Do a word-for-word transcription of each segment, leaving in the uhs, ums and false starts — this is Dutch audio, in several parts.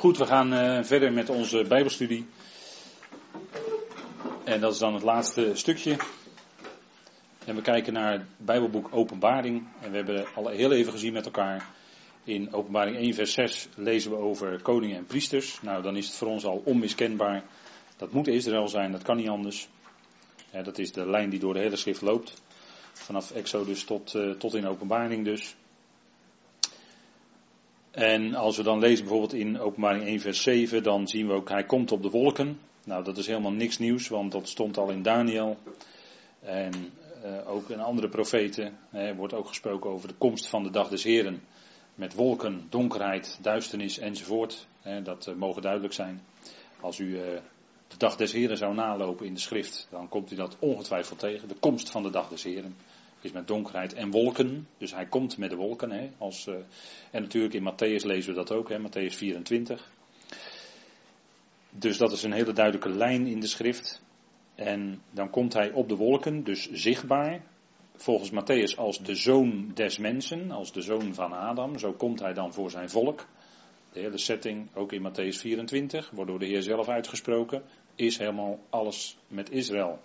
Goed, we gaan uh, verder met onze Bijbelstudie. En dat is dan het laatste stukje. En we kijken naar het Bijbelboek Openbaring. En we hebben al heel even gezien met elkaar. In Openbaring één vers zes lezen we over koningen en priesters. Nou, dan is het voor ons al onmiskenbaar. Dat moet Israël zijn, dat kan niet anders. Ja, dat is de lijn die door de hele schrift loopt. Vanaf Exodus tot, uh, tot in Openbaring dus. En als we dan lezen bijvoorbeeld in Openbaring één vers zeven, dan zien we ook, hij komt op de wolken. Nou, dat is helemaal niks nieuws, want dat stond al in Daniel. En uh, ook in andere profeten hè, wordt ook gesproken over de komst van de dag des Heren. Met wolken, donkerheid, duisternis enzovoort. Hè, dat uh, mogen duidelijk zijn. Als u uh, de dag des Heren zou nalopen in de schrift, dan komt u dat ongetwijfeld tegen. De komst van de dag des Heren is met donkerheid en wolken. Dus hij komt met de wolken. Hè, als, uh, en natuurlijk in Matthäus lezen we dat ook, hè, Matthäus vierentwintig. Dus dat is een hele duidelijke lijn in de schrift. En dan komt hij op de wolken, dus zichtbaar. Volgens Matthäus als de zoon des mensen, als de zoon van Adam. Zo komt hij dan voor zijn volk. De hele setting, ook in Matthäus vierentwintig, wordt door de Heer zelf uitgesproken. Is helemaal alles met Israël.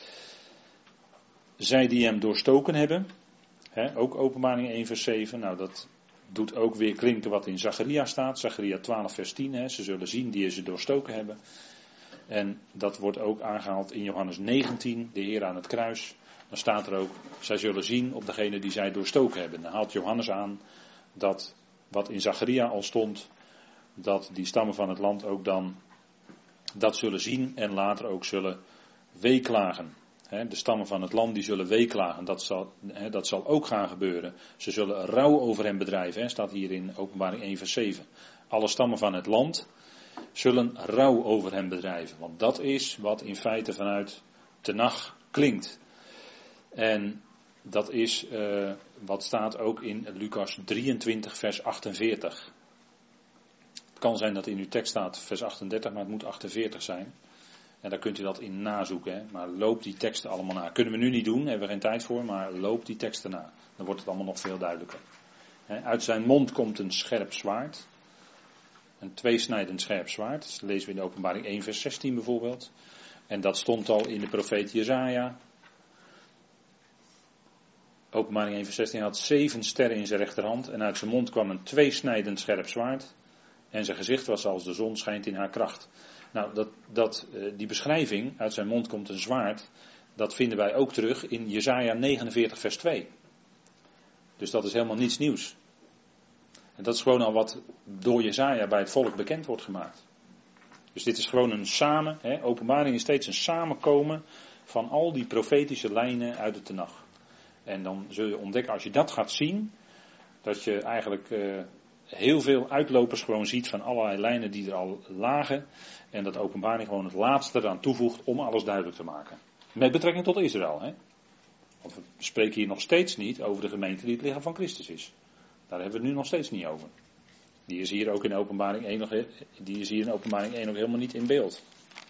Zij die hem doorstoken hebben, hè, ook Openbaring één vers zeven, nou dat doet ook weer klinken wat in Zacharia staat, Zacharia twaalf vers tien, hè, ze zullen zien die ze doorstoken hebben. En dat wordt ook aangehaald in Johannes negentien, de Heer aan het kruis. Dan staat er ook, zij zullen zien op degene die zij doorstoken hebben. Dan haalt Johannes aan dat wat in Zacharia al stond, dat die stammen van het land ook dan dat zullen zien en later ook zullen weeklagen. He, de stammen van het land die zullen weeklagen, dat zal, he, dat zal ook gaan gebeuren. Ze zullen rouw over hem bedrijven, he, staat hier in Openbaring één vers zeven. Alle stammen van het land zullen rouw over hem bedrijven. Want dat is wat in feite vanuit Tenach klinkt. En dat is uh, wat staat ook in Lucas drieëntwintig vers achtenveertig. Het kan zijn dat in uw tekst staat vers achtendertig, maar het moet achtenveertig zijn. En daar kunt u dat in nazoeken. Hè? Maar loop die teksten allemaal na. Kunnen we nu niet doen, hebben we geen tijd voor, maar loop die teksten na. Dan wordt het allemaal nog veel duidelijker. Hè? Uit zijn mond komt een scherp zwaard. Een tweesnijdend scherp zwaard. Dat lezen we in de Openbaring één vers zestien bijvoorbeeld. En dat stond al in de profeet Jesaja. Openbaring één vers zestien, hij had zeven sterren in zijn rechterhand. En uit zijn mond kwam een tweesnijdend scherp zwaard. En zijn gezicht was als de zon schijnt in haar kracht. Nou, dat, dat, die beschrijving, uit zijn mond komt een zwaard, dat vinden wij ook terug in Jesaja negenenveertig vers twee. Dus dat is helemaal niets nieuws. En dat is gewoon al wat door Jesaja bij het volk bekend wordt gemaakt. Dus dit is gewoon een samen, hè, Openbaring is steeds een samenkomen van al die profetische lijnen uit de Tenach. En dan zul je ontdekken, als je dat gaat zien, dat je eigenlijk uh, heel veel uitlopers gewoon ziet van allerlei lijnen die er al lagen. En dat Openbaring gewoon het laatste eraan toevoegt om alles duidelijk te maken. Met betrekking tot Israël. Hè? Want we spreken hier nog steeds niet over de gemeente die het lichaam van Christus is. Daar hebben we het nu nog steeds niet over. Die is hier ook in Openbaring één nog, die is hier in Openbaring één nog helemaal niet in beeld.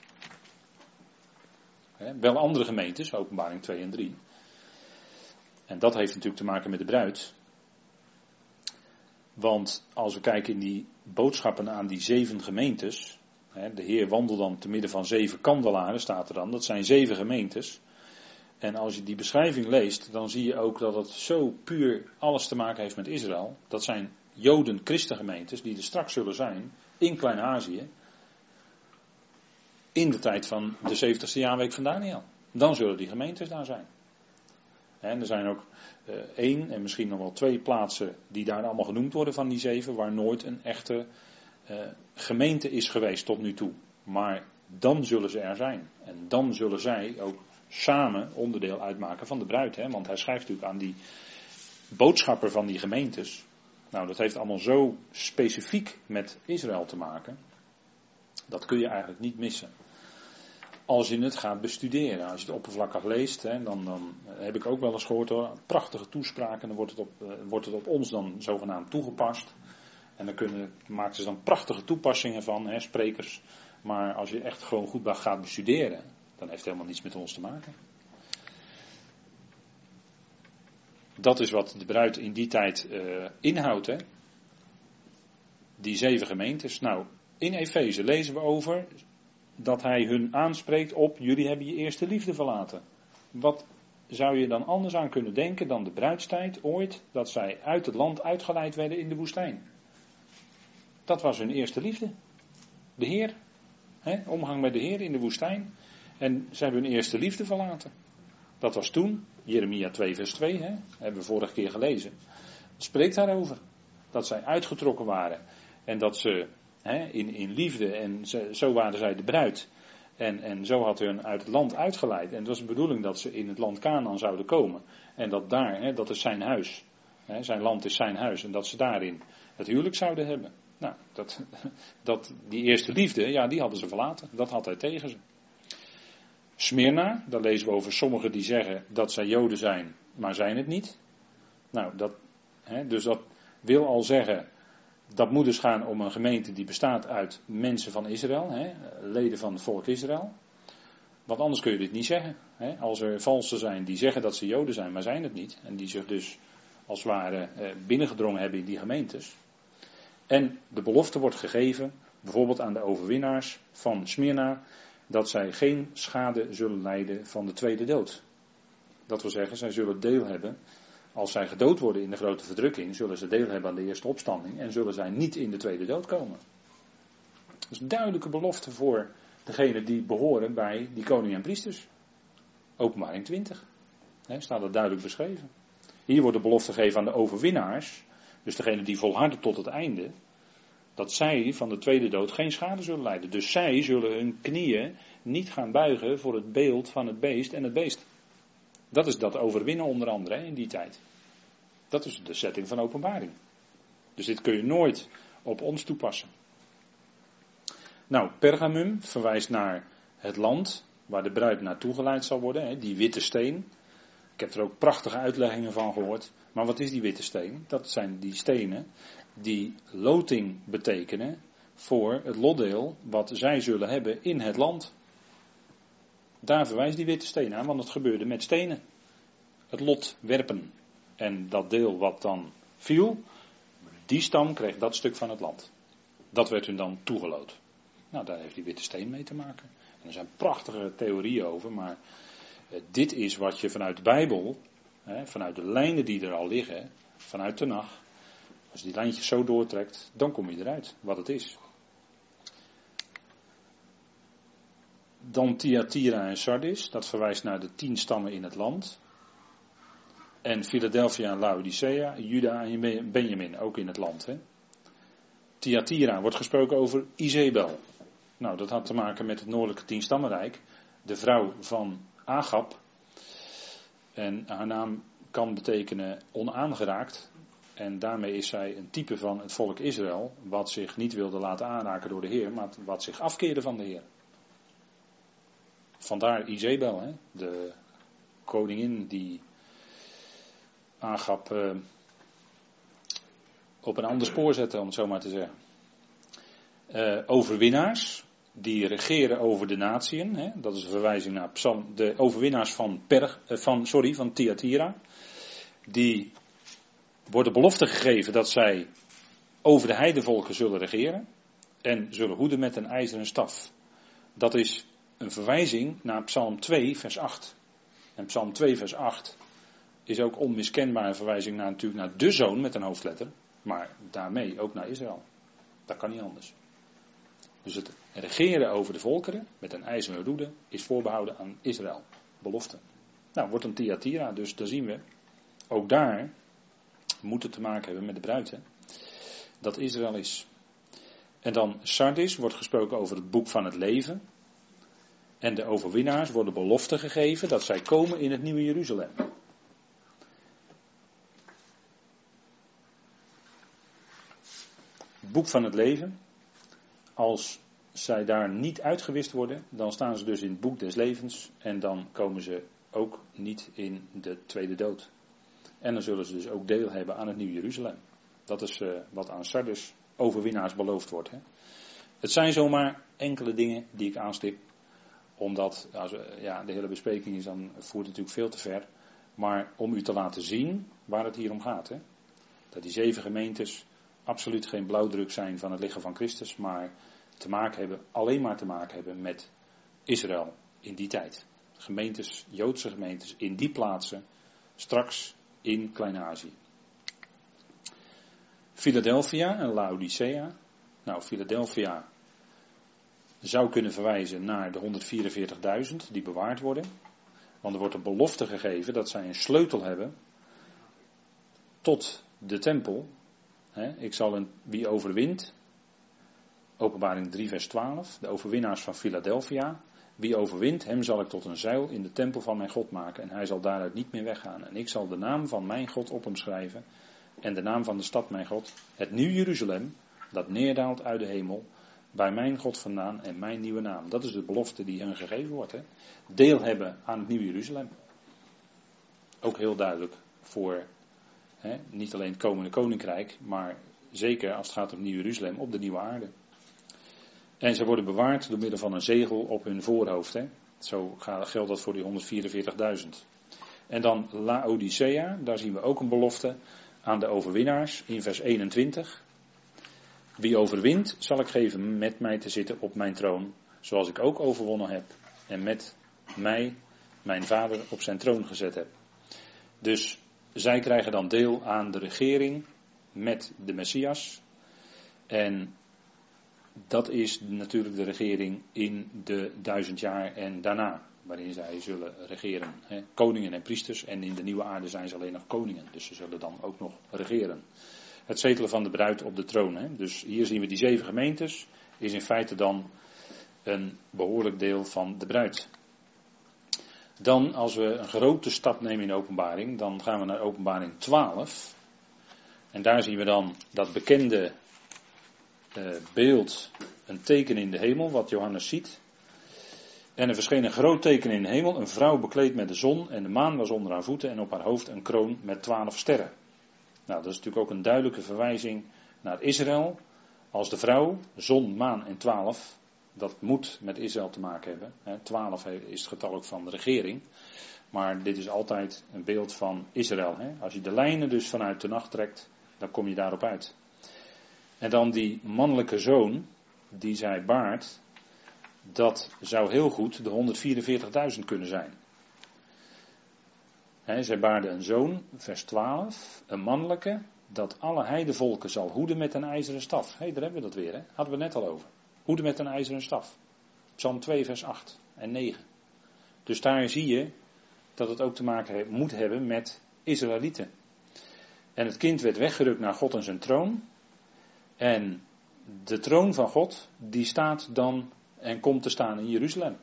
Hè? Wel andere gemeentes, Openbaring twee en drie. En dat heeft natuurlijk te maken met de bruid. Want als we kijken in die boodschappen aan die zeven gemeentes. Hè, de Heer wandelt dan te midden van zeven kandelaren, staat er dan. Dat zijn zeven gemeentes. En als je die beschrijving leest, dan zie je ook dat het zo puur alles te maken heeft met Israël. Dat zijn Joden-christengemeentes die er straks zullen zijn in Klein-Azië. In de tijd van de zeventigste jaarweek van Daniel. Dan zullen die gemeentes daar zijn. En er zijn ook uh, één en misschien nog wel twee plaatsen die daar allemaal genoemd worden van die zeven, waar nooit een echte uh, gemeente is geweest tot nu toe. Maar dan zullen ze er zijn. En dan zullen zij ook samen onderdeel uitmaken van de bruid. Hè? Want hij schrijft natuurlijk aan die boodschapper van die gemeentes. Nou, dat heeft allemaal zo specifiek met Israël te maken. Dat kun je eigenlijk niet missen. Als je het gaat bestuderen, als je het oppervlakkig leest, hè, dan, dan heb ik ook wel eens gehoord hoor, prachtige toespraken, dan wordt het, op, uh, wordt het op ons dan zogenaamd toegepast. En dan kunnen, maken ze dan prachtige toepassingen van, hè, sprekers. Maar als je echt gewoon goed gaat bestuderen, dan heeft het helemaal niets met ons te maken. Dat is wat de bruid in die tijd uh, inhoudt, hè. Die zeven gemeentes. Nou, in Efeze lezen we over dat hij hun aanspreekt op, jullie hebben je eerste liefde verlaten. Wat zou je dan anders aan kunnen denken dan de bruidstijd ooit, dat zij uit het land uitgeleid werden in de woestijn. Dat was hun eerste liefde. De Heer, hè, omgang met de Heer in de woestijn. En ze hebben hun eerste liefde verlaten. Dat was toen, Jeremia twee vers twee, hè, hebben we vorige keer gelezen. Het spreekt daarover. Dat zij uitgetrokken waren. En dat ze hè, in, in liefde, en ze, zo waren zij de bruid. En, en zo had hij hun uit het land uitgeleid. En het was de bedoeling dat ze in het land Kanaan zouden komen. En dat daar, hè, dat is zijn huis. Hè, zijn land is zijn huis. En dat ze daarin het huwelijk zouden hebben. Nou, dat, dat, die eerste liefde, ja, die hadden ze verlaten. Dat had hij tegen ze. Smyrna, daar lezen we over sommigen die zeggen dat zij Joden zijn, maar zijn het niet. Nou, dat, hè, dus dat wil al zeggen, dat moet dus gaan om een gemeente die bestaat uit mensen van Israël, hè, leden van het volk Israël. Want anders kun je dit niet zeggen. Hè. Als er valsen zijn die zeggen dat ze Joden zijn, maar zijn het niet. En die zich dus als het ware eh, binnengedrongen hebben in die gemeentes. En de belofte wordt gegeven, bijvoorbeeld aan de overwinnaars van Smyrna, dat zij geen schade zullen lijden van de tweede dood. Dat wil zeggen, zij zullen deel hebben, als zij gedood worden in de grote verdrukking, zullen ze deel hebben aan de eerste opstanding en zullen zij niet in de tweede dood komen. Dat is een duidelijke belofte voor degenen die behoren bij die koning en priesters. Openbaring twintig, hè, staat dat duidelijk beschreven. Hier wordt de belofte gegeven aan de overwinnaars, dus degenen die volharden tot het einde, dat zij van de tweede dood geen schade zullen lijden. Dus zij zullen hun knieën niet gaan buigen voor het beeld van het beest en het beest. Dat is dat overwinnen onder andere hè, in die tijd. Dat is de setting van openbaring. Dus dit kun je nooit op ons toepassen. Nou, Pergamum verwijst naar het land waar de bruid naartoe geleid zal worden. Hè, die witte steen. Ik heb er ook prachtige uitleggingen van gehoord. Maar wat is die witte steen? Dat zijn die stenen die loting betekenen voor het lotdeel wat zij zullen hebben in het land. Daar verwijst die witte steen aan, want het gebeurde met stenen. Het lot werpen. En dat deel wat dan viel, die stam kreeg dat stuk van het land. Dat werd hun dan toegeloot. Nou, daar heeft die witte steen mee te maken. En er zijn prachtige theorieën over, maar eh, dit is wat je vanuit de Bijbel, hè, vanuit de lijnen die er al liggen, vanuit de nacht, als je die lijntjes zo doortrekt, dan kom je eruit wat het is. Dan Thyatira en Sardis, dat verwijst naar de tien stammen in het land. En Philadelphia en Laodicea, Juda en Benjamin, ook in het land. Hè. Thyatira wordt gesproken over Izebel. Nou, dat had te maken met het noordelijke tienstammenrijk. De vrouw van Agab. En haar naam kan betekenen onaangeraakt. En daarmee is zij een type van het volk Israël, wat zich niet wilde laten aanraken door de Heer, maar wat zich afkeerde van de Heer. Vandaar Izebel, hè? De koningin die Agab uh, op een ander spoor zette, om het zo maar te zeggen. Uh, overwinnaars, die regeren over de natieën, hè? Dat is een verwijzing naar Psalm, de overwinnaars van, Perg, uh, van, sorry, van Thyatira, die worden belofte gegeven dat zij over de heidevolken zullen regeren en zullen hoeden met een ijzeren staf. Dat is een verwijzing naar Psalm twee vers acht. En Psalm twee vers acht is ook onmiskenbaar een verwijzing naar, natuurlijk naar de zoon met een hoofdletter, maar daarmee ook naar Israël. Dat kan niet anders. Dus het regeren over de volkeren met een ijzeren roede is voorbehouden aan Israël. Belofte. Nou, wordt een Thyatira, dus daar zien we, ook daar moet het te maken hebben met de bruid, hè? Dat Israël is. En dan Sardis wordt gesproken over het boek van het leven. En de overwinnaars worden belofte gegeven dat zij komen in het nieuwe Jeruzalem. Het boek van het leven. Als zij daar niet uitgewist worden, dan staan ze dus in het boek des levens. En dan komen ze ook niet in de tweede dood. En dan zullen ze dus ook deel hebben aan het nieuwe Jeruzalem. Dat is uh, wat aan Sardis overwinnaars beloofd wordt. Hè. Het zijn zomaar enkele dingen die ik aanstip. Omdat, also, ja, de hele bespreking is dan, voert natuurlijk veel te ver. Maar om u te laten zien waar het hier om gaat. Hè. Dat die zeven gemeentes absoluut geen blauwdruk zijn van het lichaam van Christus. Maar te maken hebben, alleen maar te maken hebben met Israël in die tijd. Gemeentes, Joodse gemeentes in die plaatsen, straks in Klein-Azië. Philadelphia en Laodicea. Nou, Philadelphia zou kunnen verwijzen naar de honderdvierenveertigduizend die bewaard worden. Want er wordt een belofte gegeven dat zij een sleutel hebben tot de tempel. He, ik zal een, wie overwint, Openbaring drie vers twaalf, de overwinnaars van Philadelphia. Wie overwint, hem zal ik tot een zuil in de tempel van mijn God maken. En hij zal daaruit niet meer weggaan. En ik zal de naam van mijn God op hem schrijven. En de naam van de stad mijn God. Het nieuw Jeruzalem, dat neerdaalt uit de hemel. Bij mijn God vandaan en mijn nieuwe naam. Dat is de belofte die hen gegeven wordt. Hè? Deel hebben aan het nieuwe Jeruzalem. Ook heel duidelijk voor hè, niet alleen het komende koninkrijk. Maar zeker als het gaat om het nieuwe Jeruzalem op de nieuwe aarde. En ze worden bewaard door middel van een zegel op hun voorhoofd. Hè? Zo geldt dat voor die honderdvierenveertigduizend. En dan Laodicea, daar zien we ook een belofte aan de overwinnaars in vers eenentwintig. Wie overwint, zal ik geven met mij te zitten op mijn troon, zoals ik ook overwonnen heb en met mij, mijn vader, op zijn troon gezet heb. Dus zij krijgen dan deel aan de regering met de Messias. En dat is natuurlijk de regering in de duizend jaar en daarna, waarin zij zullen regeren. Hè, koningen en priesters, en in de nieuwe aarde zijn ze alleen nog koningen, dus ze zullen dan ook nog regeren. Het zetelen van de bruid op de troon. Hè. Dus hier zien we die zeven gemeentes, is in feite dan een behoorlijk deel van de bruid. Dan, als we een grote stap nemen in de openbaring, dan gaan we naar openbaring twaalf. En daar zien we dan dat bekende uh, beeld, een teken in de hemel, wat Johannes ziet. En er verscheen een groot teken in de hemel, een vrouw bekleed met de zon en de maan was onder haar voeten en op haar hoofd een kroon met twaalf sterren. Nou, dat is natuurlijk ook een duidelijke verwijzing naar Israël als de vrouw, zon, maan en twaalf. Dat moet met Israël te maken hebben. Hè. Twaalf is het getal ook van de regering. Maar dit is altijd een beeld van Israël. Hè. Als je de lijnen dus vanuit de nacht trekt, dan kom je daarop uit. En dan die mannelijke zoon, die zij baart, dat zou heel goed de honderdvierenveertigduizend kunnen zijn. He, zij baarde een zoon, vers twaalf, een mannelijke, dat alle heidevolken zal hoeden met een ijzeren staf. Hé, hey, daar hebben we dat weer, hè? Hadden we net al over. Hoeden met een ijzeren staf. Psalm twee, vers acht en negen. Dus daar zie je dat het ook te maken moet hebben met Israëlieten. En het kind werd weggerukt naar God en zijn troon. En de troon van God, die staat dan en komt te staan in Jeruzalem.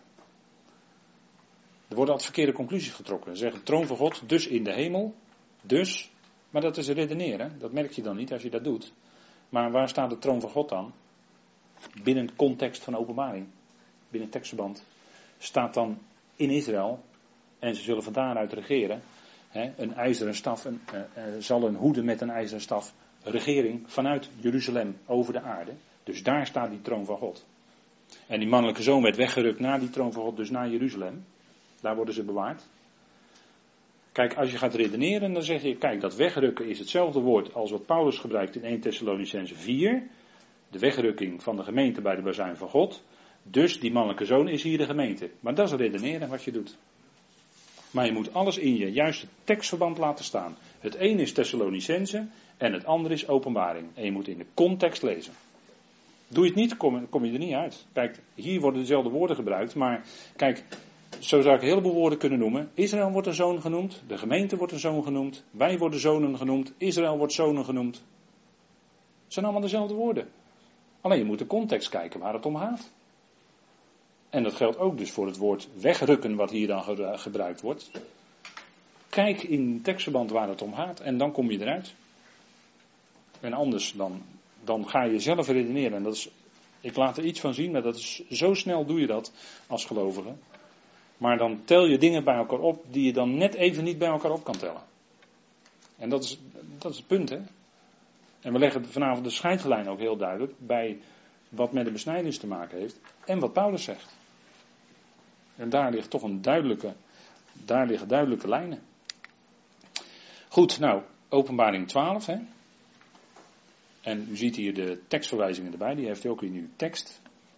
Er worden altijd verkeerde conclusies getrokken. Ze zeggen troon van God, dus in de hemel. Dus, maar dat is redeneren. Dat merk je dan niet als je dat doet. Maar waar staat de troon van God dan? Binnen het context van openbaring. Binnen het tekstverband. Staat dan in Israël. En ze zullen van daaruit regeren. He, een ijzeren staf. Een, uh, uh, zal een hoede met een ijzeren staf. Regering vanuit Jeruzalem over de aarde. Dus daar staat die troon van God. En die mannelijke zoon werd weggerukt naar die troon van God. Dus naar Jeruzalem. Daar worden ze bewaard. Kijk, als je gaat redeneren, dan zeg je, kijk, dat wegrukken is hetzelfde woord als wat Paulus gebruikt in eerste Thessalonicenzen vier. De wegrukking van de gemeente bij de bazuin van God. Dus die mannelijke zoon is hier de gemeente. Maar dat is redeneren wat je doet. Maar je moet alles in je juiste tekstverband laten staan. Het een is Thessalonicenzen en het andere is openbaring. En je moet in de context lezen. Doe je het niet, kom, kom je er niet uit. Kijk, hier worden dezelfde woorden gebruikt, maar kijk, zo zou ik een heleboel woorden kunnen noemen. Israël wordt een zoon genoemd, de gemeente wordt een zoon genoemd, wij worden zonen genoemd, Israël wordt zonen genoemd. Het zijn allemaal dezelfde woorden. Alleen je moet de context kijken waar het om gaat. En dat geldt ook dus voor het woord wegrukken wat hier dan gebruikt wordt. Kijk in het tekstverband waar het om gaat en dan kom je eruit. En anders dan, dan ga je zelf redeneren. En dat is, ik laat er iets van zien, maar dat is, zo snel doe je dat als gelovige. Maar dan tel je dingen bij elkaar op die je dan net even niet bij elkaar op kan tellen. En dat is, dat is het punt, hè. En we leggen vanavond de scheidslijn ook heel duidelijk bij wat met de besnijdenis te maken heeft en wat Paulus zegt. En daar ligt toch een duidelijke, daar liggen duidelijke lijnen. Goed, nou, openbaring twaalf, hè. En u ziet hier de tekstverwijzingen erbij, die heeft u ook in uw tekst.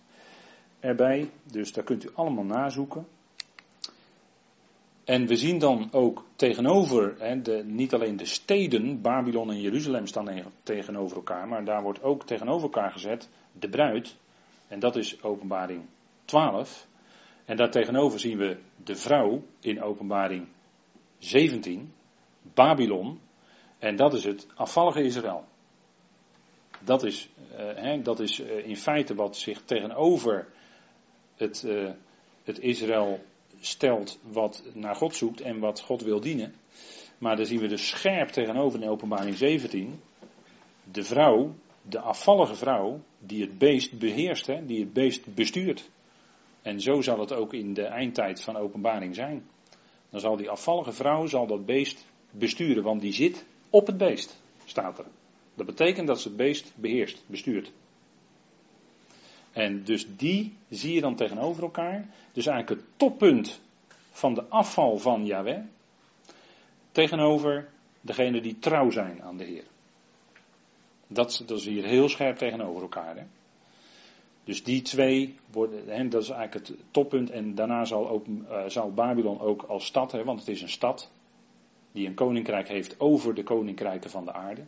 erbij, dus daar kunt u allemaal nazoeken. En we zien dan ook tegenover, hè, de, niet alleen de steden, Babylon en Jeruzalem staan tegenover elkaar, maar daar wordt ook tegenover elkaar gezet de bruid. En dat is Openbaring twaalf. En daartegenover zien we de vrouw in Openbaring zeventien, Babylon. En dat is het afvallige Israël. Dat is, uh, hè, dat is uh, in feite wat zich tegenover het, uh, het Israël stelt wat naar God zoekt en wat God wil dienen. Maar daar zien we dus scherp tegenover in Openbaring zeventien. De vrouw, de afvallige vrouw, die het beest beheerst, hè, die het beest bestuurt. En zo zal het ook in de eindtijd van Openbaring zijn. Dan zal die afvallige vrouw zal dat beest besturen, want die zit op het beest, staat er. Dat betekent dat ze het beest beheerst, bestuurt. En dus die zie je dan tegenover elkaar. Dus eigenlijk het toppunt van de afval van Yahweh tegenover degenen die trouw zijn aan de Heer. Dat, dat is hier heel scherp tegenover elkaar. Hè? Dus die twee worden, hè, dat is eigenlijk het toppunt. En daarna zal, ook, uh, zal Babylon ook als stad, hè, want het is een stad die een koninkrijk heeft over de koninkrijken van de aarde.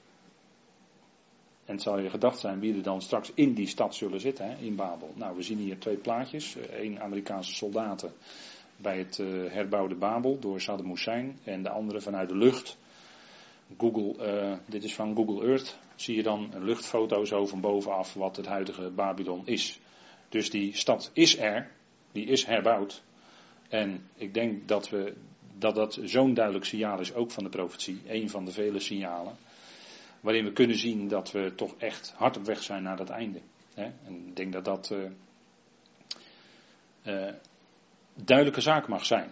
En het zal je gedacht zijn wie er dan straks in die stad zullen zitten, hè, in Babel. Nou, we zien hier twee plaatjes. Eén Amerikaanse soldaten bij het uh, herbouwde Babel door Saddam Hussein. En de andere vanuit de lucht. Google, uh, dit is van Google Earth. Zie je dan een luchtfoto zo van bovenaf wat het huidige Babylon is. Dus die stad is er. Die is herbouwd. En ik denk dat we, dat, dat zo'n duidelijk signaal is ook van de profetie. Een van de vele signalen. Waarin we kunnen zien dat we toch echt hard op weg zijn naar dat einde. Hè? En ik denk dat dat uh, uh, duidelijke zaak mag zijn.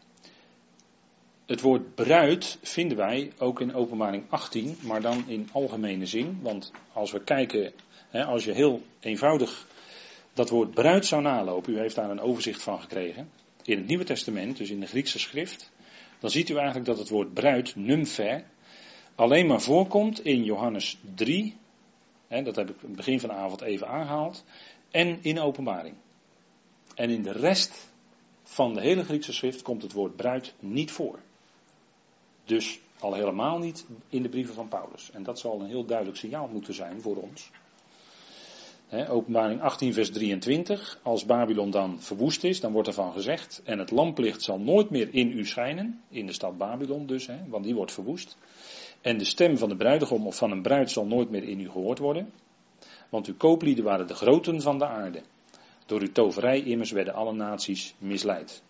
Het woord bruid vinden wij ook in Openbaring achttien, maar dan in algemene zin. Want als we kijken, hè, als je heel eenvoudig dat woord bruid zou nalopen, u heeft daar een overzicht van gekregen, in het Nieuwe Testament, dus in de Griekse schrift, dan ziet u eigenlijk dat het woord bruid, nymphē, alleen maar voorkomt in Johannes drie, hè, dat heb ik in het begin van de avond even aangehaald, en in Openbaring. En in de rest van de hele Griekse schrift komt het woord bruid niet voor. Dus al helemaal niet in de brieven van Paulus. En dat zal een heel duidelijk signaal moeten zijn voor ons. He, Openbaring achttien vers drieëntwintig. Als Babylon dan verwoest is, dan wordt ervan gezegd. En het lamplicht zal nooit meer in u schijnen. In de stad Babylon dus, he, want die wordt verwoest. En de stem van de bruidegom of van een bruid zal nooit meer in u gehoord worden. Want uw kooplieden waren de groten van de aarde. Door uw toverij immers werden alle naties misleid.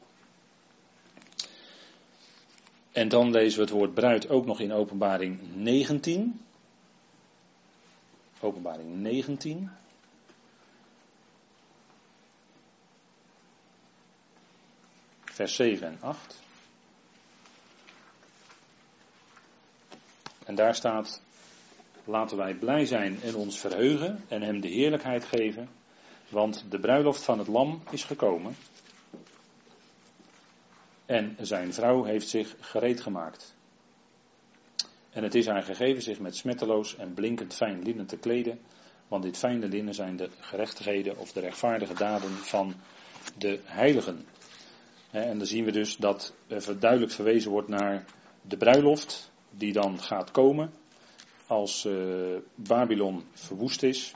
En dan lezen we het woord bruid ook nog in Openbaring negentien. Openbaring negentien. Vers zeven en acht. En daar staat: laten wij blij zijn en ons verheugen en hem de heerlijkheid geven, want de bruiloft van het lam is gekomen. En zijn vrouw heeft zich gereed gemaakt. En het is haar gegeven zich met smetteloos en blinkend fijn linnen te kleden. Want dit fijne linnen zijn de gerechtigheden of de rechtvaardige daden van de heiligen. En dan zien we dus dat er duidelijk verwezen wordt naar de bruiloft die dan gaat komen als uh, Babylon verwoest is.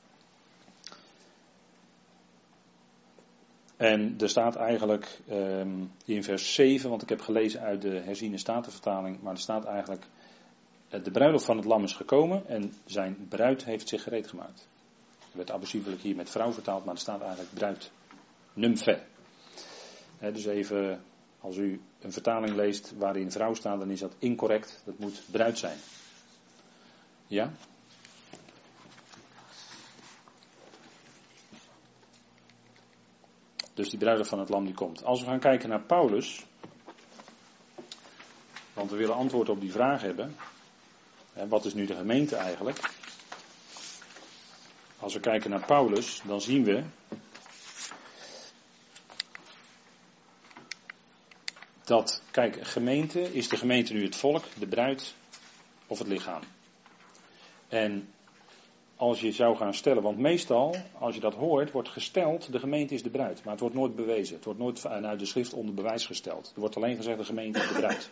En er staat eigenlijk um, in vers zeven, want ik heb gelezen uit de herziene statenvertaling, maar er staat eigenlijk: de bruiloft van het lam is gekomen en zijn bruid heeft zich gereed gemaakt. Er werd abusievelijk hier met vrouw vertaald, maar er staat eigenlijk bruid. Nymphē. He, dus even, als u een vertaling leest waarin vrouw staat, dan is dat incorrect. Dat moet bruid zijn. Ja? Dus die bruiloft van het lam die komt. Als we gaan kijken naar Paulus, want we willen antwoord op die vraag hebben. Hè, wat is nu de gemeente eigenlijk? Als we kijken naar Paulus, dan zien we dat, kijk, gemeente, is de gemeente nu het volk, de bruid of het lichaam? En als je zou gaan stellen, want meestal, als je dat hoort, wordt gesteld, de gemeente is de bruid. Maar het wordt nooit bewezen. Het wordt nooit vanuit de schrift onder bewijs gesteld. Er wordt alleen gezegd, de gemeente is de bruid.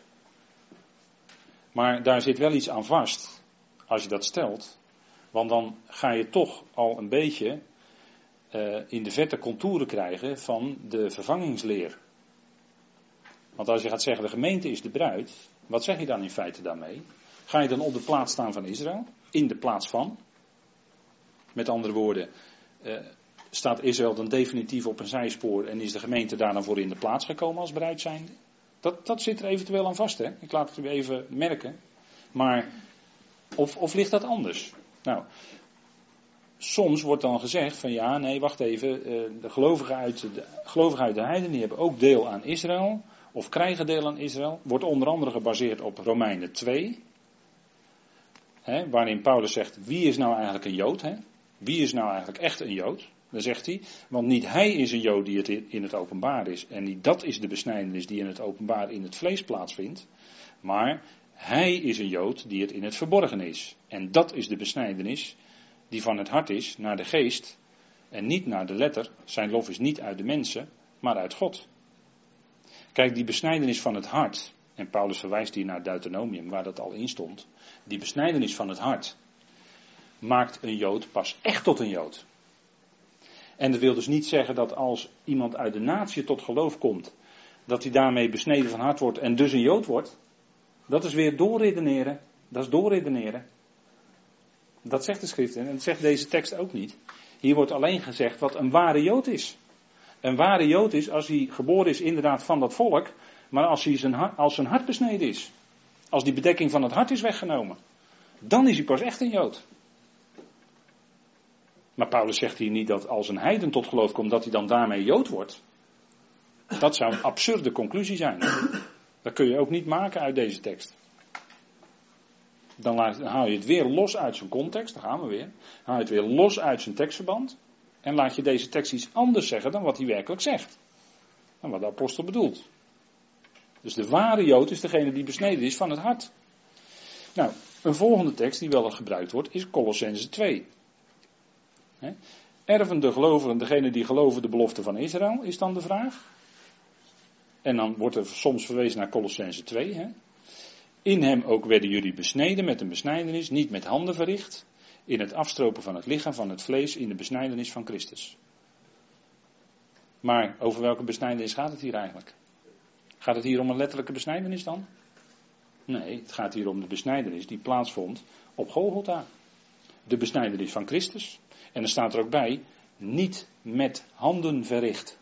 Maar daar zit wel iets aan vast, als je dat stelt. Want dan ga je toch al een beetje uh, in de verte contouren krijgen van de vervangingsleer. Want als je gaat zeggen, de gemeente is de bruid, wat zeg je dan in feite daarmee? Ga je dan op de plaats staan van Israël? In de plaats van? Met andere woorden, uh, staat Israël dan definitief op een zijspoor en is de gemeente daar dan voor in de plaats gekomen als bruid zijnde? Dat, dat zit er eventueel aan vast, hè? Ik laat het u even merken. Maar, of, of ligt dat anders? Nou, soms wordt dan gezegd van ja, nee, wacht even, uh, de gelovigen uit de, gelovigen uit de heidenen die hebben ook deel aan Israël, of krijgen deel aan Israël. Wordt onder andere gebaseerd op Romeinen twee, hè, waarin Paulus zegt, wie is nou eigenlijk een Jood, hè? Wie is nou eigenlijk echt een Jood? Dan zegt hij, want niet hij is een Jood die het in het openbaar is. En niet dat is de besnijdenis die in het openbaar in het vlees plaatsvindt. Maar hij is een Jood die het in het verborgen is. En dat is de besnijdenis die van het hart is naar de geest. En niet naar de letter. Zijn lof is niet uit de mensen, maar uit God. Kijk, die besnijdenis van het hart. En Paulus verwijst hier naar Deuteronomium, waar dat al in stond. Die besnijdenis van het hart maakt een Jood pas echt tot een Jood. En dat wil dus niet zeggen dat als iemand uit de natie tot geloof komt, dat hij daarmee besneden van hart wordt en dus een Jood wordt. Dat is weer doorredeneren. Dat is doorredeneren. Dat zegt de schrift en dat zegt deze tekst ook niet. Hier wordt alleen gezegd wat een ware Jood is. Een ware Jood is als hij geboren is inderdaad van dat volk, maar als, hij zijn, hart, als zijn hart besneden is. Als die bedekking van het hart is weggenomen. Dan is hij pas echt een Jood. Maar Paulus zegt hier niet dat als een heiden tot geloof komt, dat hij dan daarmee Jood wordt. Dat zou een absurde conclusie zijn. Dat kun je ook niet maken uit deze tekst. Dan, laat, dan haal je het weer los uit zijn context, daar gaan we weer. Dan haal je het weer los uit zijn tekstverband. En laat je deze tekst iets anders zeggen dan wat hij werkelijk zegt. En wat de apostel bedoelt. Dus de ware Jood is degene die besneden is van het hart. Nou, een volgende tekst die wel gebruikt wordt is Kolossenzen twee. He? Erven de gelovigen, degene die geloven de belofte van Israël, is dan de vraag. En dan wordt er soms verwezen naar Kolossenzen twee. He? In hem ook werden jullie besneden met een besnijdenis, niet met handen verricht, in het afstropen van het lichaam, van het vlees, in de besnijdenis van Christus. Maar over welke besnijdenis gaat het hier eigenlijk? Gaat het hier om een letterlijke besnijdenis dan? Nee, het gaat hier om de besnijdenis die plaatsvond op Golgotha. De besnijdenis van Christus. En er staat er ook bij, niet met handen verricht.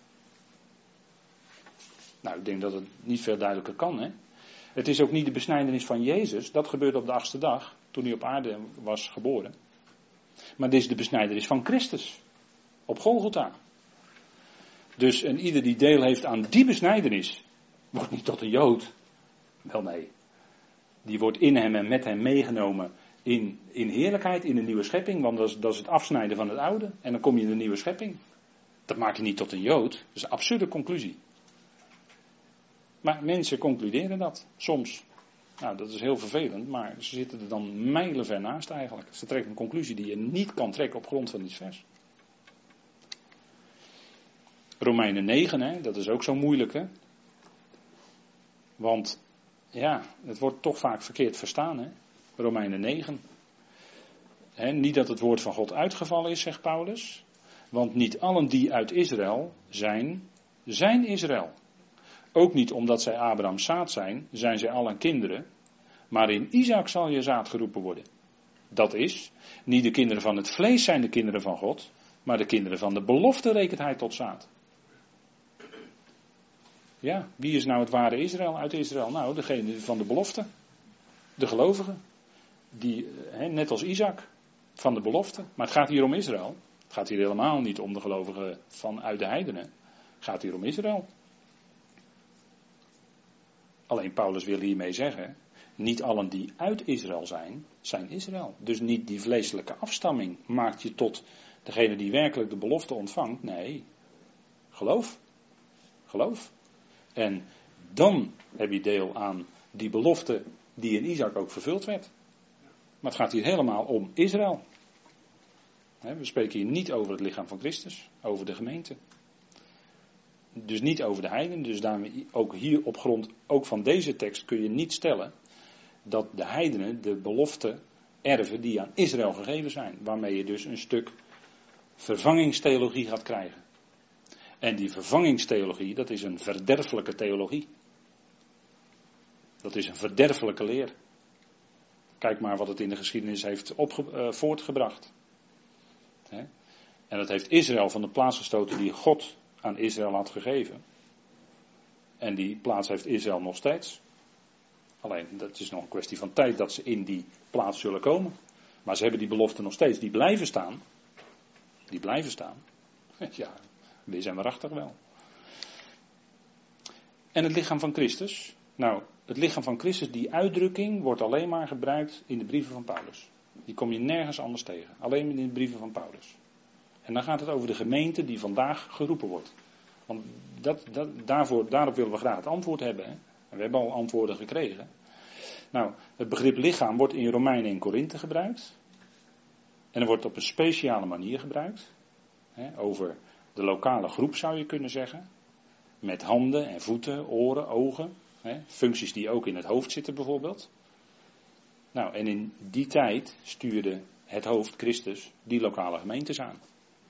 Nou, ik denk dat het niet veel duidelijker kan, hè. Het is ook niet de besnijdenis van Jezus, dat gebeurde op de achtste dag, toen hij op aarde was geboren. Maar dit is de besnijdenis van Christus, op Golgotha. Dus en ieder die deel heeft aan die besnijdenis, wordt niet tot een Jood. Wel nee, die wordt in hem en met hem meegenomen in, in heerlijkheid, in een nieuwe schepping, want dat is, dat is het afsnijden van het oude. En dan kom je in de nieuwe schepping. Dat maakt je niet tot een Jood, dat is een absurde conclusie. Maar mensen concluderen dat, soms. Nou, dat is heel vervelend, maar ze zitten er dan mijlenver naast eigenlijk. Ze trekken een conclusie die je niet kan trekken op grond van dit vers. Romeinen negen, hè, dat is ook zo moeilijk, hè. Want, ja, het wordt toch vaak verkeerd verstaan, hè. Romeinen negen. Hè, niet dat het woord van God uitgevallen is, zegt Paulus. Want niet allen die uit Israël zijn, zijn Israël. Ook niet omdat zij Abrahams zaad zijn, zijn zij allen kinderen. Maar in Isaac zal je zaad geroepen worden. Dat is, niet de kinderen van het vlees zijn de kinderen van God, maar de kinderen van de belofte rekent hij tot zaad. Ja, wie is nou het ware Israël uit Israël? Nou, degene van de belofte. De gelovigen. Die, he, net als Isaac, van de belofte. Maar het gaat hier om Israël. Het gaat hier helemaal niet om de gelovigen van uit de heidenen. Het gaat hier om Israël. Alleen Paulus wil hiermee zeggen, niet allen die uit Israël zijn, zijn Israël. Dus niet die vleeselijke afstamming maakt je tot degene die werkelijk de belofte ontvangt. Nee, geloof. Geloof. En dan heb je deel aan die belofte die in Isaac ook vervuld werd. Maar het gaat hier helemaal om Israël. We spreken hier niet over het lichaam van Christus, over de gemeente. Dus niet over de heidenen. Dus daarmee ook hier op grond ook van deze tekst kun je niet stellen dat de heidenen de belofte erven die aan Israël gegeven zijn. Waarmee je dus een stuk vervangingstheologie gaat krijgen. En die vervangingstheologie, dat is een verderfelijke theologie. Dat is een verderfelijke leer. Kijk maar wat het in de geschiedenis heeft opge- uh, voortgebracht. He? En dat heeft Israël van de plaats gestoten die God aan Israël had gegeven. En die plaats heeft Israël nog steeds. Alleen, dat is nog een kwestie van tijd dat ze in die plaats zullen komen. Maar ze hebben die belofte nog steeds. Die blijven staan. Die blijven staan. Ja, wees en waarachtig wel. En het lichaam van Christus. Nou, het lichaam van Christus, die uitdrukking wordt alleen maar gebruikt in de brieven van Paulus. Die kom je nergens anders tegen. Alleen in de brieven van Paulus. En dan gaat het over de gemeente die vandaag geroepen wordt. Want dat, dat, daarvoor, daarop willen we graag het antwoord hebben. Hè? En we hebben al antwoorden gekregen. Nou, het begrip lichaam wordt in Romeinen en Korinthe gebruikt. En er wordt op een speciale manier gebruikt. Hè? Over de lokale groep zou je kunnen zeggen. Met handen en voeten, oren, ogen. Hè? Functies die ook in het hoofd zitten bijvoorbeeld. Nou, en in die tijd stuurde het hoofd Christus die lokale gemeentes aan.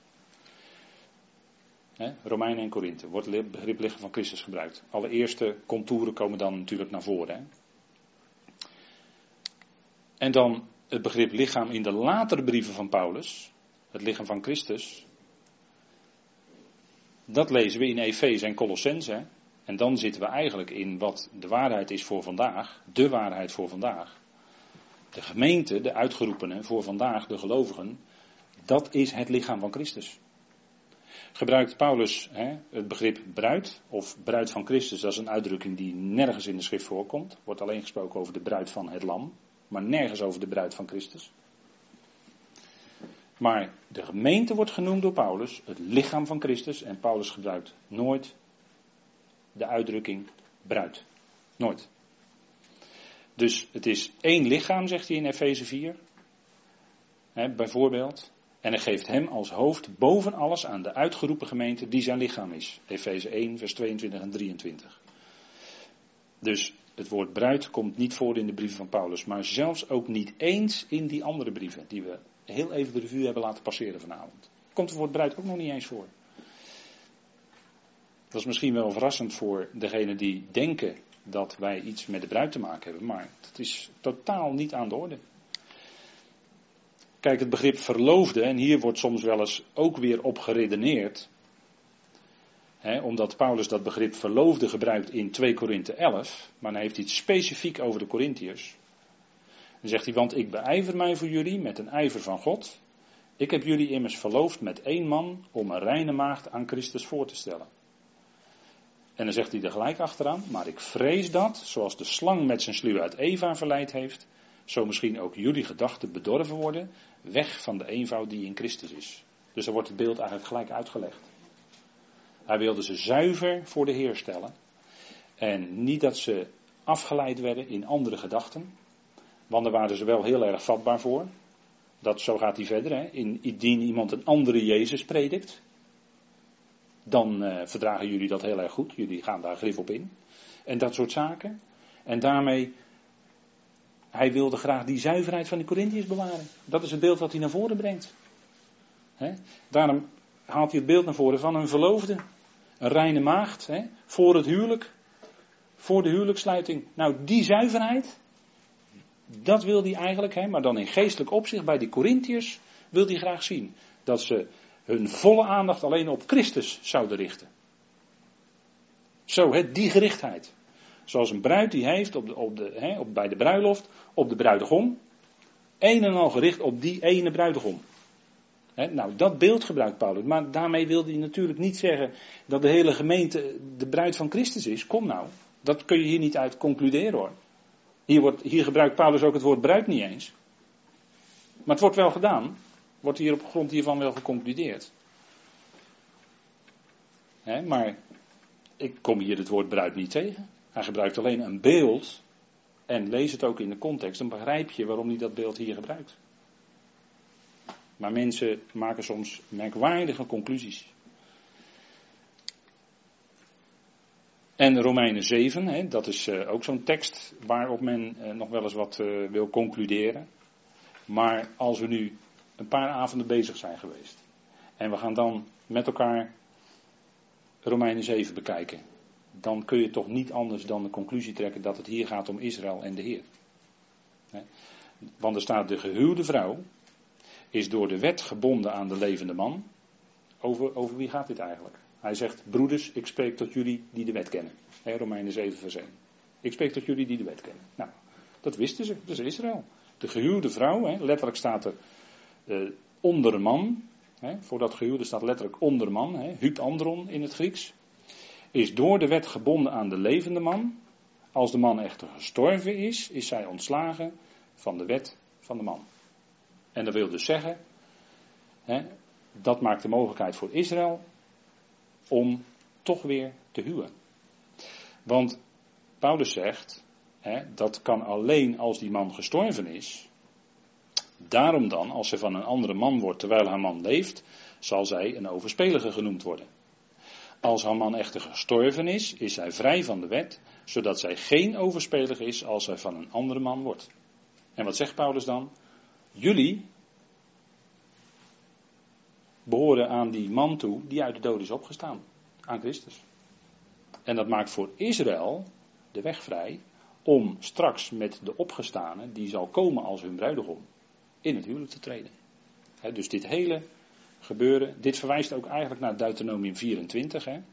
He, Romeinen en Korinthe wordt het begrip lichaam van Christus gebruikt. Alle eerste contouren komen dan natuurlijk naar voren. He. En dan het begrip lichaam in de latere brieven van Paulus. Het lichaam van Christus. Dat lezen we in Efeze en Colossense. En dan zitten we eigenlijk in wat de waarheid is voor vandaag. De waarheid voor vandaag. De gemeente, de uitgeroepenen voor vandaag, de gelovigen. Dat is het lichaam van Christus. Gebruikt Paulus hè, het begrip bruid, of bruid van Christus, dat is een uitdrukking die nergens in de schrift voorkomt. Wordt alleen gesproken over de bruid van het lam, maar nergens over de bruid van Christus. Maar de gemeente wordt genoemd door Paulus, het lichaam van Christus, en Paulus gebruikt nooit de uitdrukking bruid. Nooit. Dus het is één lichaam, zegt hij in Efeze vier, hè, bijvoorbeeld. En hij geeft hem als hoofd boven alles aan de uitgeroepen gemeente die zijn lichaam is. Efeze één, vers tweeëntwintig en drieëntwintig. Dus het woord bruid komt niet voor in de brieven van Paulus. Maar zelfs ook niet eens in die andere brieven die we heel even de revue hebben laten passeren vanavond. Komt het woord bruid ook nog niet eens voor. Dat is misschien wel verrassend voor degenen die denken dat wij iets met de bruid te maken hebben. Maar dat is totaal niet aan de orde. Kijk, het begrip verloofde, en hier wordt soms wel eens ook weer op geredeneerd. Hè, omdat Paulus dat begrip verloofde gebruikt in twee Korinthe elf. Maar dan heeft hij het specifiek over de Korinthiërs. Dan zegt hij, want ik beijver mij voor jullie met een ijver van God. Ik heb jullie immers verloofd met één man om een reine maagd aan Christus voor te stellen. En dan zegt hij er gelijk achteraan, maar ik vrees dat, zoals de slang met zijn sluw Eva verleid heeft, zo misschien ook jullie gedachten bedorven worden, weg van de eenvoud die in Christus is. Dus dan wordt het beeld eigenlijk gelijk uitgelegd. Hij wilde ze zuiver voor de Heer stellen. En niet dat ze afgeleid werden in andere gedachten. Want daar waren ze wel heel erg vatbaar voor. Dat, zo gaat hij verder. Hè. Indien iemand een andere Jezus predikt, dan uh, verdragen jullie dat heel erg goed. Jullie gaan daar grif op in. En dat soort zaken. En daarmee, hij wilde graag die zuiverheid van de Korinthiërs bewaren. Dat is het beeld wat hij naar voren brengt. He? Daarom haalt hij het beeld naar voren van een verloofde. Een reine maagd. He? Voor het huwelijk. Voor de huwelijkssluiting. Nou, die zuiverheid. Dat wil hij eigenlijk. He? Maar dan in geestelijk opzicht bij die Korinthiërs wil hij graag zien. Dat ze hun volle aandacht alleen op Christus zouden richten. Zo, he? Die gerichtheid. Zoals een bruid die heeft op de, op de, he? op, bij de bruiloft. Op de bruidegom. Een en al gericht op die ene bruidegom. He, nou, dat beeld gebruikt Paulus. Maar daarmee wil hij natuurlijk niet zeggen dat de hele gemeente de bruid van Christus is. Kom nou, dat kun je hier niet uit concluderen hoor. Hier, wordt, hier gebruikt Paulus ook het woord bruid niet eens. Maar het wordt wel gedaan. Wordt hier op grond hiervan wel geconcludeerd. He, maar ik kom hier het woord bruid niet tegen. Hij gebruikt alleen een beeld. En lees het ook in de context. Dan begrijp je waarom hij dat beeld hier gebruikt. Maar mensen maken soms merkwaardige conclusies. En Romeinen zeven, hè, dat is uh, ook zo'n tekst waarop men uh, nog wel eens wat uh, wil concluderen. Maar als we nu een paar avonden bezig zijn geweest. En we gaan dan met elkaar Romeinen zeven bekijken. Dan kun je toch niet anders dan de conclusie trekken dat het hier gaat om Israël en de Heer. Hè? Want er staat: de gehuwde vrouw is door de wet gebonden aan de levende man. Over, over wie gaat dit eigenlijk? Hij zegt: broeders, ik spreek tot jullie die de wet kennen. Hè, Romeinen zeven vers één. Ik spreek tot jullie die de wet kennen. Nou, dat wisten ze, dat is Israël. De gehuwde vrouw, hè, letterlijk staat er uh, onder man. Hè, voor dat gehuwde staat letterlijk onder man, hè, hypandron in het Grieks. Is door de wet gebonden aan de levende man. Als de man echter gestorven is, is zij ontslagen van de wet van de man. En dat wil dus zeggen, hè, dat maakt de mogelijkheid voor Israël om toch weer te huwen. Want Paulus zegt, hè, dat kan alleen als die man gestorven is. Daarom dan, als zij van een andere man wordt terwijl haar man leeft, zal zij een overspelige genoemd worden. Als haar man echter gestorven is, is zij vrij van de wet, zodat zij geen overspelige is als zij van een andere man wordt. En wat zegt Paulus dan? Jullie behoren aan die man toe die uit de dood is opgestaan. Aan Christus. En dat maakt voor Israël de weg vrij om straks met de opgestane, die zal komen als hun bruidegom, in het huwelijk te treden. He, dus dit hele gebeuren, dit verwijst ook eigenlijk naar Deuteronomium vierentwintig. He.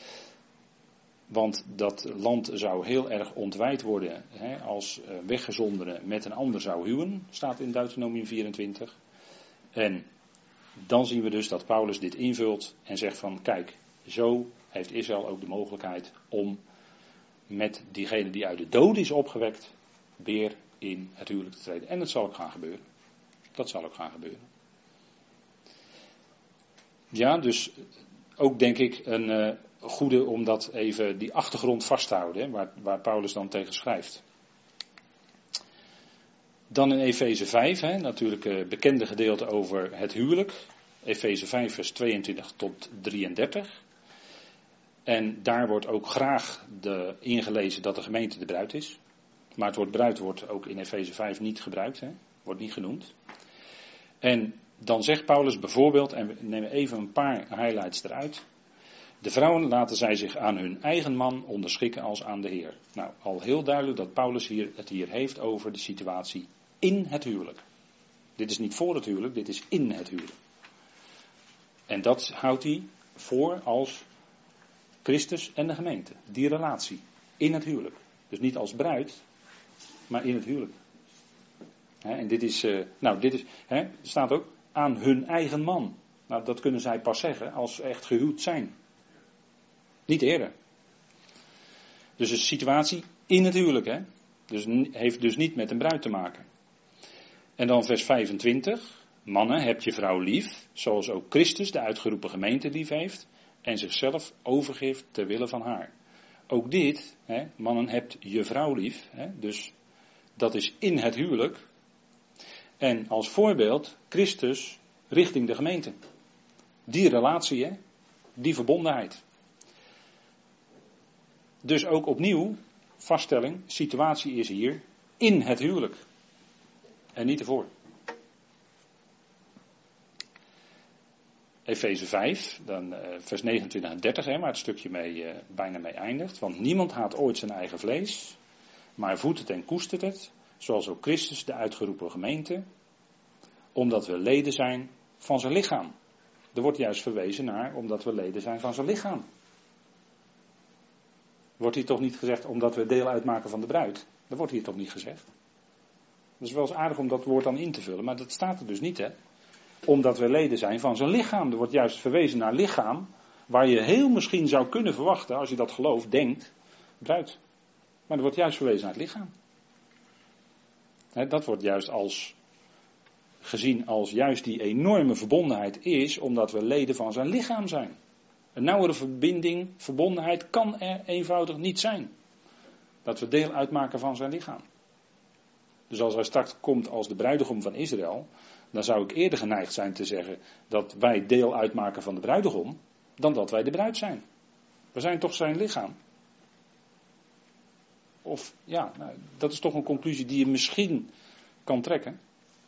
Want dat land zou heel erg ontwijd worden he, als uh, weggezondene met een ander zou huwen, staat in Deuteronomium vierentwintig. En dan zien we dus dat Paulus dit invult en zegt van kijk, zo heeft Israël ook de mogelijkheid om met diegene die uit de dood is opgewekt weer in het huwelijk te treden. En dat zal ook gaan gebeuren. Dat zal ook gaan gebeuren. Ja, dus ook denk ik een uh, goede om dat even die achtergrond vast te houden, hè, waar, waar Paulus dan tegen schrijft. Dan in Efeze vijf, hè, natuurlijk uh, bekende gedeelte over het huwelijk. Efeze vijf vers tweeëntwintig tot drieëndertig. En daar wordt ook graag de, ingelezen dat de gemeente de bruid is. Maar het woord bruid wordt ook in Efeze vijf niet gebruikt, hè, wordt niet genoemd. En dan zegt Paulus bijvoorbeeld, en we nemen even een paar highlights eruit. De vrouwen laten zij zich aan hun eigen man onderschikken als aan de Heer. Nou, al heel duidelijk dat Paulus hier, het hier heeft over de situatie in het huwelijk. Dit is niet voor het huwelijk, dit is in het huwelijk. En dat houdt hij voor als Christus en de gemeente. Die relatie in het huwelijk. Dus niet als bruid, maar in het huwelijk. He, en dit is, uh, nou dit is, he, er staat ook aan hun eigen man. Nou, dat kunnen zij pas zeggen als ze echt gehuwd zijn. Niet eerder. Dus een situatie in het huwelijk, hè. Dus heeft dus niet met een bruid te maken. En dan vers vijfentwintig. Mannen, heb je vrouw lief, zoals ook Christus de uitgeroepen gemeente lief heeft en zichzelf overgeeft ter wille van haar. Ook dit, hè, mannen, hebt je vrouw lief, hè, dus dat is in het huwelijk. En als voorbeeld Christus richting de gemeente. Die relatie, hè, die verbondenheid. Dus ook opnieuw, vaststelling, situatie is hier in het huwelijk. En niet ervoor. Efeze vijf, dan uh, vers negenentwintig en dertig, hè, waar het stukje mee, uh, bijna mee eindigt. Want niemand haat ooit zijn eigen vlees, maar voedt het en koestert het, zoals ook Christus de uitgeroepen gemeente, omdat we leden zijn van zijn lichaam. Er wordt juist verwezen naar, omdat we leden zijn van zijn lichaam. Wordt hier toch niet gezegd, omdat we deel uitmaken van de bruid? Dat wordt hier toch niet gezegd? Dat is wel eens aardig om dat woord dan in te vullen, maar dat staat er dus niet, hè. Omdat we leden zijn van zijn lichaam. Er wordt juist verwezen naar lichaam, waar je heel misschien zou kunnen verwachten, als je dat gelooft, denkt, bruid. Maar er wordt juist verwezen naar het lichaam. He, dat wordt juist als, gezien als juist die enorme verbondenheid is, omdat we leden van zijn lichaam zijn. Een nauwere verbinding, verbondenheid kan er eenvoudig niet zijn. Dat we deel uitmaken van zijn lichaam. Dus als hij straks komt als de bruidegom van Israël, dan zou ik eerder geneigd zijn te zeggen dat wij deel uitmaken van de bruidegom, dan dat wij de bruid zijn. We zijn toch zijn lichaam. Of ja, nou, dat is toch een conclusie die je misschien kan trekken.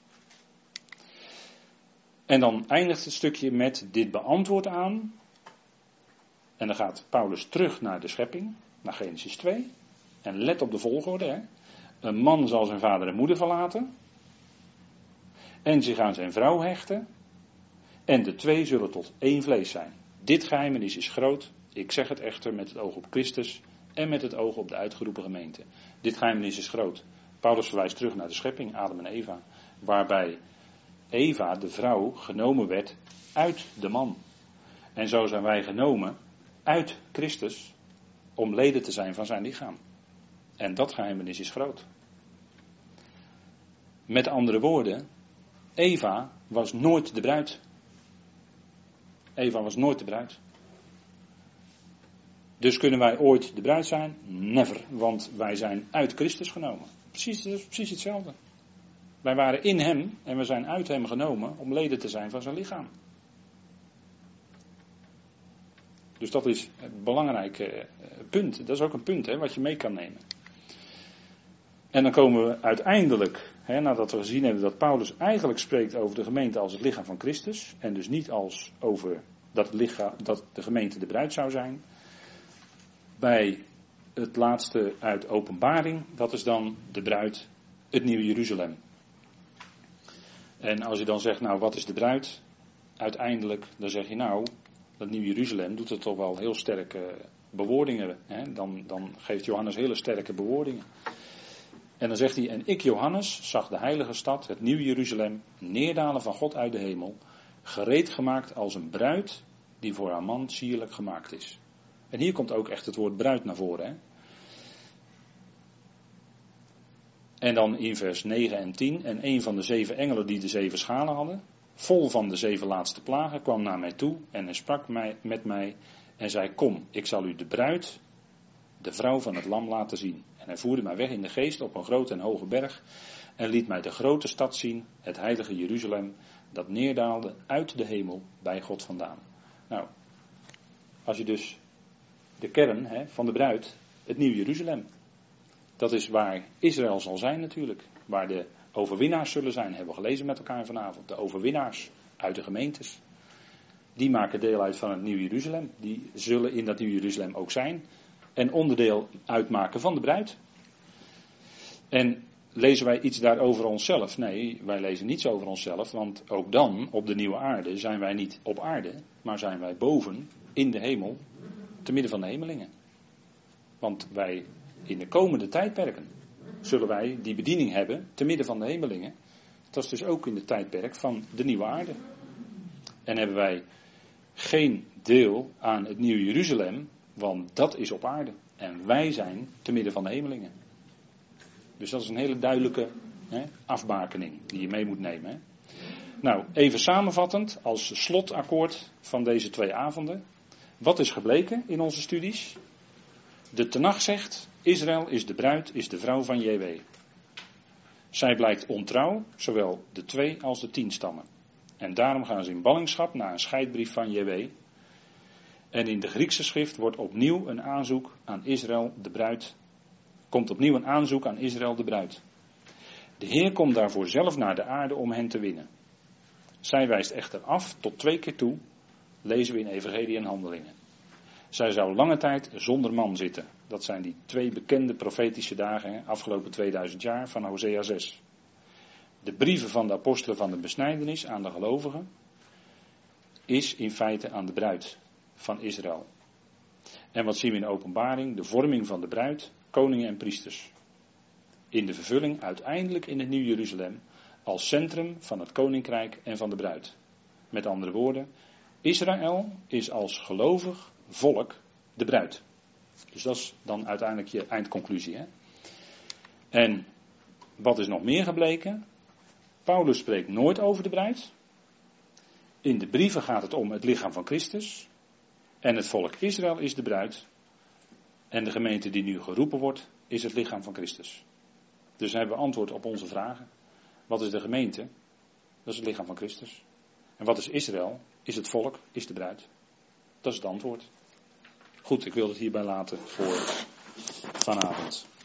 En dan eindigt het stukje met dit beantwoord aan. En dan gaat Paulus terug naar de schepping, naar Genesis twee. En let op de volgorde. Hè. Een man zal zijn vader en moeder verlaten. En zich aan zijn vrouw hechten. En de twee zullen tot één vlees zijn. Dit geheimenis is groot. Ik zeg het echter met het oog op Christus en met het oog op de uitgeroepen gemeente. Dit geheimenis is groot. Paulus verwijst terug naar de schepping, Adam en Eva. Waarbij Eva, de vrouw, genomen werd uit de man. En zo zijn wij genomen uit Christus om leden te zijn van zijn lichaam. En dat geheimenis is groot. Met andere woorden, Eva was nooit de bruid. Eva was nooit de bruid. Dus kunnen wij ooit de bruid zijn? Never, want wij zijn uit Christus genomen. Precies, dat is precies hetzelfde. Wij waren in hem en we zijn uit hem genomen om leden te zijn van zijn lichaam. Dus dat is een belangrijk uh, punt. Dat is ook een punt hè, wat je mee kan nemen. En dan komen we uiteindelijk, hè, nadat we gezien hebben dat Paulus eigenlijk spreekt over de gemeente als het lichaam van Christus. En dus niet als over dat, het lichaam, dat de gemeente de bruid zou zijn. Bij het laatste uit Openbaring, dat is dan de bruid, het Nieuwe Jeruzalem. En als je dan zegt, nou wat is de bruid? Uiteindelijk, dan zeg je nou, dat Nieuw Jeruzalem doet er toch wel heel sterke bewoordingen. Hè? Dan, dan geeft Johannes hele sterke bewoordingen. En dan zegt hij, en ik Johannes zag de heilige stad, het Nieuw Jeruzalem, neerdalen van God uit de hemel, gereed gemaakt als een bruid die voor haar man sierlijk gemaakt is. En hier komt ook echt het woord bruid naar voren. Hè? En dan in vers negen en tien, en een van de zeven engelen die de zeven schalen hadden, vol van de zeven laatste plagen, kwam naar mij toe en hij sprak mij, met mij en zei, kom, ik zal u de bruid, de vrouw van het lam laten zien. En hij voerde mij weg in de geest op een grote en hoge berg en liet mij de grote stad zien, het heilige Jeruzalem, dat neerdaalde uit de hemel bij God vandaan. Nou, als je dus de kern hè, van de bruid, het Nieuw Jeruzalem, dat is waar Israël zal zijn natuurlijk, waar de overwinnaars zullen zijn, hebben we gelezen met elkaar vanavond. De overwinnaars uit de gemeentes. Die maken deel uit van het Nieuw Jeruzalem. Die zullen in dat Nieuw Jeruzalem ook zijn. En onderdeel uitmaken van de bruid. En lezen wij iets daarover onszelf? Nee, wij lezen niets over onszelf. Want ook dan, op de nieuwe aarde, zijn wij niet op aarde. Maar zijn wij boven, in de hemel, te midden van de hemelingen. Want wij, in de komende tijdperken, zullen wij die bediening hebben te midden van de hemelingen. Dat is dus ook in de tijdperk van de nieuwe aarde. En hebben wij geen deel aan het Nieuwe Jeruzalem, want dat is op aarde. En wij zijn te midden van de hemelingen. Dus dat is een hele duidelijke hè, afbakening die je mee moet nemen. Hè. Nou, even samenvattend als slotakkoord van deze twee avonden. Wat is gebleken in onze studies? De Tenach zegt, Israël is de bruid, is de vrouw van J W. Zij blijkt ontrouw, zowel de twee als de tien stammen. En daarom gaan ze in ballingschap naar een scheidbrief van J W. En in de Griekse schrift wordt opnieuw een aanzoek aan Israël de bruid. Komt opnieuw een aanzoek aan Israël de bruid. De Heer komt daarvoor zelf naar de aarde om hen te winnen. Zij wijst echter af tot twee keer toe, lezen we in Evangelie en Handelingen. Zij zou lange tijd zonder man zitten. Dat zijn die twee bekende profetische dagen, hè, afgelopen tweeduizend jaar van Hosea zes. De brieven van de apostelen van de besnijdenis aan de gelovigen is in feite aan de bruid van Israël. En wat zien we in de openbaring? De vorming van de bruid, koningen en priesters. In de vervulling uiteindelijk in het Nieuw Jeruzalem als centrum van het koninkrijk en van de bruid. Met andere woorden, Israël is als gelovig volk de bruid. Dus dat is dan uiteindelijk je eindconclusie. Hè? En wat is nog meer gebleken? Paulus spreekt nooit over de bruid. In de brieven gaat het om het lichaam van Christus. En het volk Israël is de bruid. En de gemeente die nu geroepen wordt, is het lichaam van Christus. Dus dan hebben we antwoord op onze vragen. Wat is de gemeente? Dat is het lichaam van Christus. En wat is Israël? Is het volk? Is de bruid? Dat is het antwoord. Goed, ik wil het hierbij laten voor vanavond.